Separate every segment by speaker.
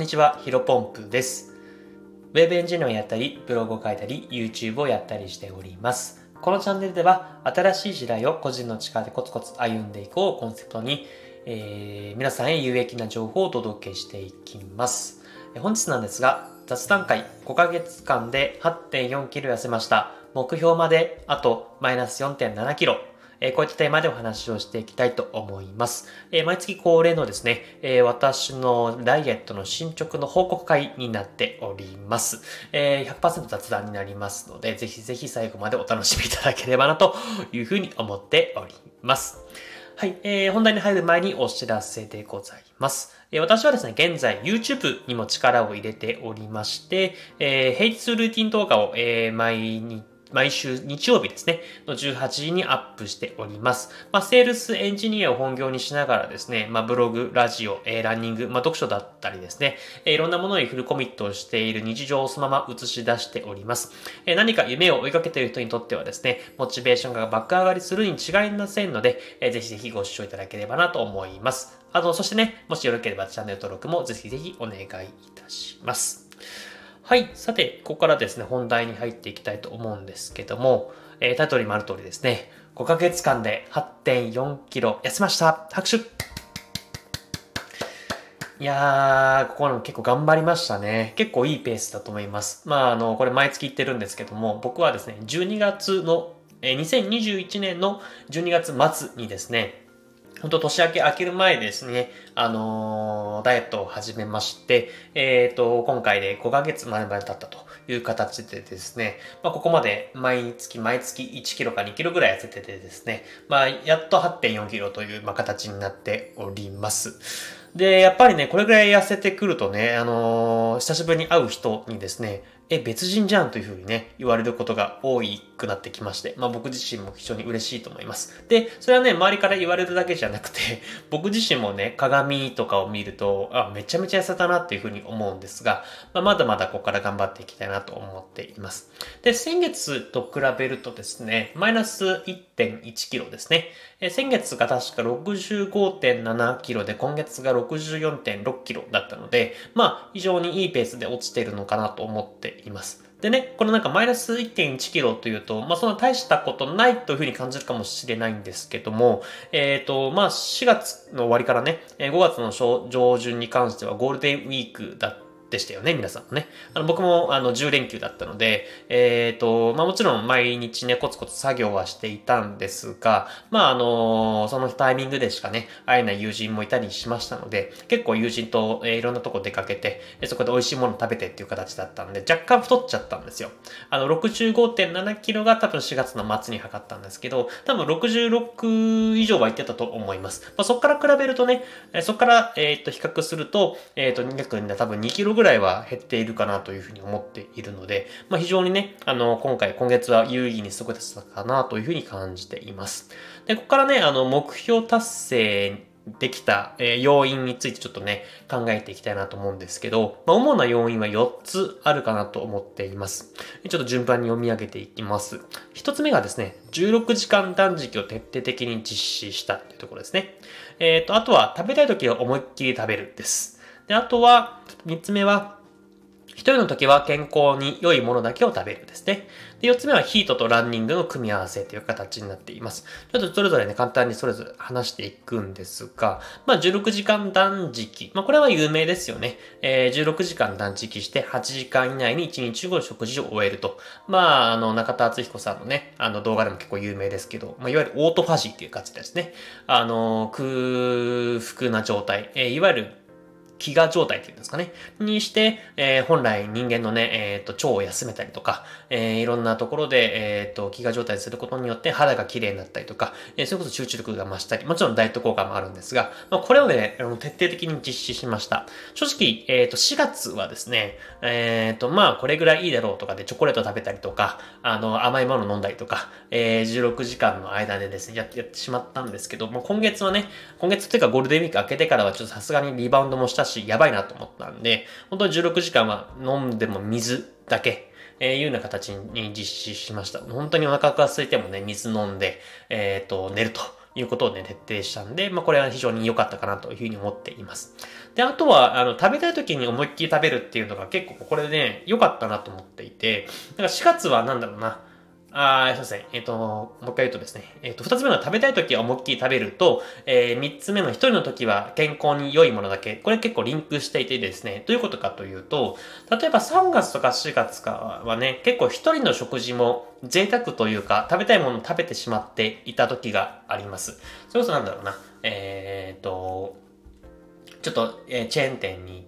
Speaker 1: にちは、ヒロポンプです。ウェブエンジニアをやったり、ブログを書いたり、YouTube をやったりしております。このチャンネルでは、新しい時代を個人の力でコツコツ歩んでいこうコンセプトに、皆さんへ有益な情報をお届けしていきます。本日なんですが、雑談会5ヶ月間で 8.4 キロ痩せました。目標まであとマイナス 4.7 キロ。こういったテーマでお話をしていきたいと思います。毎月恒例のですね、私のダイエットの進捗の報告会になっております。100% 雑談になりますので、ぜひぜひ最後までお楽しみいただければなというふうに思っております。はい、本題に入る前にお知らせでございます。私はですね、現在 YouTube にも力を入れておりまして、平日ルーティン動画を、毎週日曜日ですね、の18時にアップしております。セールスエンジニアを本業にしながらですね、ブログ、ラジオ、ランニング、読書だったりですね、いろんなものにフルコミットをしている日常をそのまま映し出しております。何か夢を追いかけている人にとってはですね、モチベーションが爆上がりするに違いませんので、ぜひぜひご視聴いただければなと思います。そしてね、もしよろければチャンネル登録もぜひぜひお願いいたします。はい。さて、ここからですね、本題に入っていきたいと思うんですけども、タイトルにもある通りですね、5ヶ月間で 8.4 キロ痩せました。拍手。いやー、ここの結構頑張りましたね。結構いいペースだと思います。これ毎月言ってるんですけども、僕はですね、2021年の12月末にですね、年明ける前ですね、ダイエットを始めまして、今回で5ヶ月まで経ったという形でですね、ここまで毎月1キロか2キロぐらい痩せててですね、やっと 8.4 キロという、形になっております。で、やっぱりね、これぐらい痩せてくるとね、久しぶりに会う人にですね、別人じゃんというふうにね、言われることが多くなってきまして、僕自身も非常に嬉しいと思います。で、それはね、周りから言われるだけじゃなくて、僕自身もね、鏡とかを見ると、めちゃめちゃ痩せたなっていうふうに思うんですが、まだまだここから頑張っていきたいなと思っています。で、先月と比べるとですね、マイナス 1.1 キロですね。先月が確か 65.7 キロで、今月が 64.6 キロだったので、非常にいいペースで落ちてるのかなと思っています。でね、このマイナス 1.1 キロというと、そんな大したことないというふうに感じるかもしれないんですけども、4月の終わりからね、5月の上旬に関してはゴールデンウィークでしたよね、皆さんもね。僕も10連休だったので、もちろん毎日ね、コツコツ作業はしていたんですが、そのタイミングでしかね、会えない友人もいたりしましたので、結構友人と、いろんなとこ出かけて、そこで美味しいもの食べてっていう形だったんで、若干太っちゃったんですよ。65.7 キロが多分4月の末に測ったんですけど、多分66以上はいってたと思います。そこから比べるとね、そこから、比較すると、約多分2キロぐらいは減っているかなというふうに思っているので、非常にね、今月は有意義に過ごせたかなというふうに感じています。で、ここからね、目標達成できた、要因についてちょっとね、考えていきたいなと思うんですけど、主な要因は4つあるかなと思っています。ちょっと順番に読み上げていきます。1つ目がですね、16時間断食を徹底的に実施したというところですね。あとは食べたい時は思いっきり食べるです。で、あとは、3つ目は、一人の時は健康に良いものだけを食べるですね。で、4つ目はヒートとランニングの組み合わせという形になっています。ちょっとそれぞれね、簡単にそれぞれ話していくんですが、16時間断食。これは有名ですよね。16時間断食して8時間以内に1日後食事を終えると。中田敦彦さんのね、動画でも結構有名ですけど、いわゆるオートファジーっていう感じですね。空腹な状態。いわゆる飢餓状態っていうんですかね。にして、本来人間のね、腸を休めたりとか、いろんなところで、飢餓状態することによって肌が綺麗になったりとか、それこそ集中力が増したり、もちろんダイエット効果もあるんですが、これをね、徹底的に実施しました。正直、4月はですね、これぐらいいいだろうとかでチョコレート食べたりとか、甘いもの飲んだりとか、16時間の間でですね、やってしまったんですけど、今月っていうかゴールデンウィーク明けてからはちょっとさすがにリバウンドもしたし、やばいなと思ったんで、本当に16時間は飲んでも水だけ、いうような形に実施しました。本当にお腹が空いてもね、水飲んで、寝るということをね、徹底したんで、これは非常に良かったかなというふうに思っています。で、あとは、食べたい時に思いっきり食べるっていうのが結構これでね、良かったなと思っていて、だから4月はなんだろうな、そうですね。もう一回言うとですね。二つ目の食べたい時は思いっきり食べると、三つ目の一人の時は健康に良いものだけ。これ結構リンクしていてですね。どういうことかというと、例えば3月とか4月かはね、結構一人の食事も贅沢というか、食べたいものを食べてしまっていた時があります。それこそなんだろうな。ちょっと、チェーン店に行って、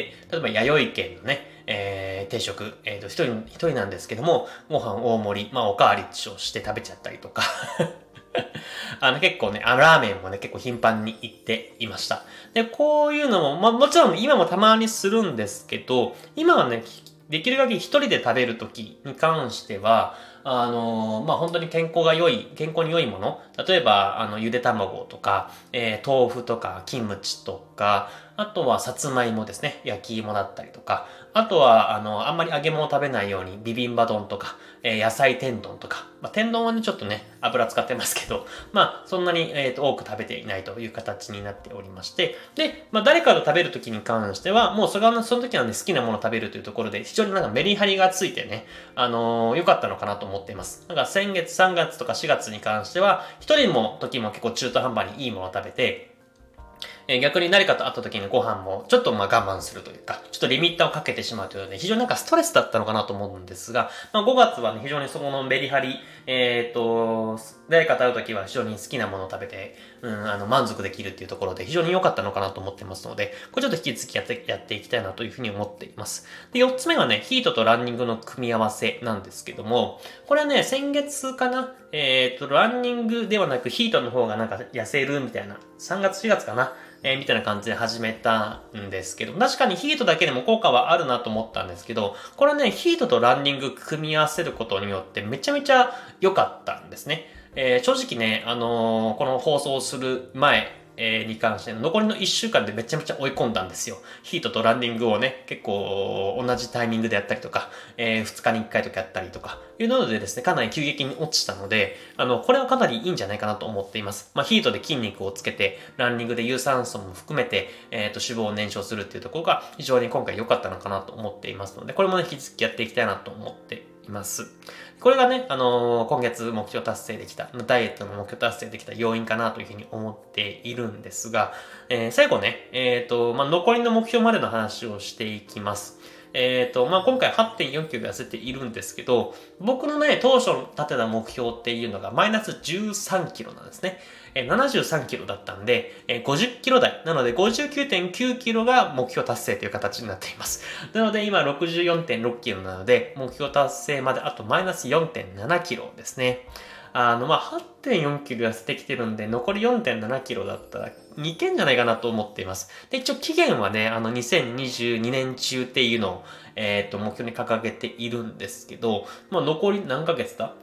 Speaker 1: 例えば弥生県のね、定食、一人なんですけども、ご飯大盛り、おかわりをして食べちゃったりとか結構ね、ラーメンもね、結構頻繁に行っていました。で、こういうのも、もちろん今もたまにするんですけど、今はね、できる限り一人で食べるときに関しては、本当に健康に良いもの。例えば、ゆで卵とか、豆腐とか、キムチとか、あとは、さつまいもですね。焼き芋だったりとか。あとは、あんまり揚げ物を食べないように、ビビンバ丼とか、野菜天丼とか。天丼はね、ちょっとね、油使ってますけど、そんなに、多く食べていないという形になっておりまして。で、誰かと食べるときに関しては、もうその時はね、好きなものを食べるというところで、非常になんかメリハリがついてね、良かったのかなと思っています。なんか先月3月とか4月に関しては、一人の時も結構中途半端にいいものを食べて、逆に誰かと会った時にご飯もちょっと我慢するというか、ちょっとリミッターをかけてしまうというので、非常になんかストレスだったのかなと思うんですが、5月はね、非常にそこのメリハリ、誰かと会う時は非常に好きなものを食べて、満足できるっていうところで非常に良かったのかなと思ってますので、これちょっと引き続きやっていきたいなというふうに思っています。で、4つ目がね、ヒートとランニングの組み合わせなんですけども、これはね、先月かな、ランニングではなくヒートの方がなんか痩せるみたいな、3月4月かな、みたいな感じで始めたんですけど、確かにヒートだけでも効果はあるなと思ったんですけど、これね、ヒートとランニング組み合わせることによってめちゃめちゃ良かったんですね。正直ね、この放送する前、に関して残りの1週間でめちゃめちゃ追い込んだんですよ。ヒートとランニングをね、結構同じタイミングでやったりとか、2日に1回とかやったりとか、いうのでですね、かなり急激に落ちたので、これはかなりいいんじゃないかなと思っています。ヒートで筋肉をつけて、ランニングで有酸素も含めて、脂肪を燃焼するっていうところが非常に今回良かったのかなと思っていますので、これもね、引き続きやっていきたいなと思っています。これがね、今月目標達成できた、ダイエットの目標達成できた要因かなというふうに思っているんですが、最後ね、残りの目標までの話をしていきます。今回8.4 キロ痩せているんですけど、僕のね、当初立てた目標っていうのがマイナス13キロなんですね。73キロだったんで、50キロ台。なので 59.9 キロが目標達成という形になっています。なので今 64.6 キロなので、目標達成まであとマイナス 4.7 キロですね。8.4 キロ痩せてきてるんで、残り 4.7 キロだったら似てんじゃないかなと思っています。で、一応期限はね、2022年中っていうのを、目標に掲げているんですけど、残り何ヶ月だ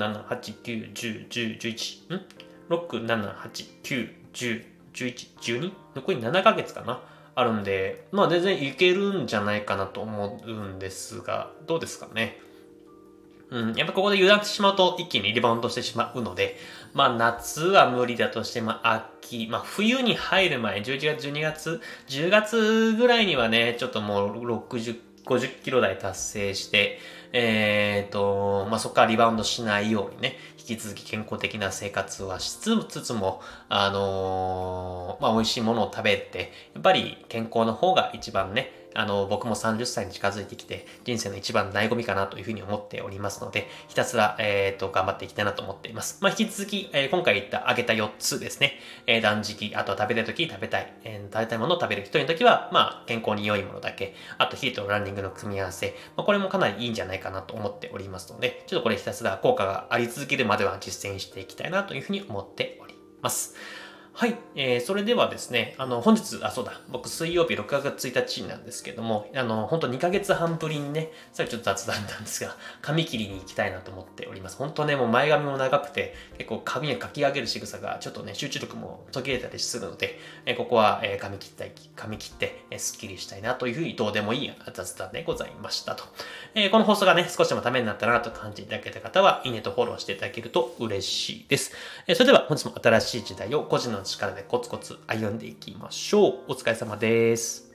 Speaker 1: ?6、7、8、9、10、10、11、6、7、8、9、10、11、12? 残り7ヶ月かなあるんで、全然いけるんじゃないかなと思うんですが、どうですかね。やっぱここで油断してしまうと一気にリバウンドしてしまうので、夏は無理だとしても秋、冬に入る前、11月、12月、10月ぐらいにはね、ちょっともう60、50キロ台達成して、そこからリバウンドしないようにね、引き続き健康的な生活はしつつも、美味しいものを食べて、やっぱり健康の方が一番ね、僕も30歳に近づいてきて、人生の一番醍醐味かなというふうに思っておりますので、ひたすら、頑張っていきたいなと思っています。引き続き、今回挙げた4つですね。断食、あとは食べたい時に食べたい。食べたいものを食べる人の時は、健康に良いものだけ。あと、ヒートとランニングの組み合わせ。これもかなりいいんじゃないかなと思っておりますので、ちょっとこれひたすら効果があり続けるまでは実践していきたいなというふうに思っております。 はい。それではですね、本日、そうだ、僕水曜日6月1日なんですけども、本当2ヶ月半ぶりにね、さっきちょっと雑談なんですが、髪切りに行きたいなと思っております。本当ね、もう前髪も長くて、結構髪をかき上げる仕草がちょっとね、集中力も途切れたりするので、ここは、髪切って、スッキリしたいなというふうにどうでもいい雑談でございましたと。この放送がね、少しでもためになったなと感じていただけた方は、いいねとフォローしていただけると嬉しいです。それでは本日も新しい時代を個人の力でコツコツ歩んでいきましょう。お疲れ様です。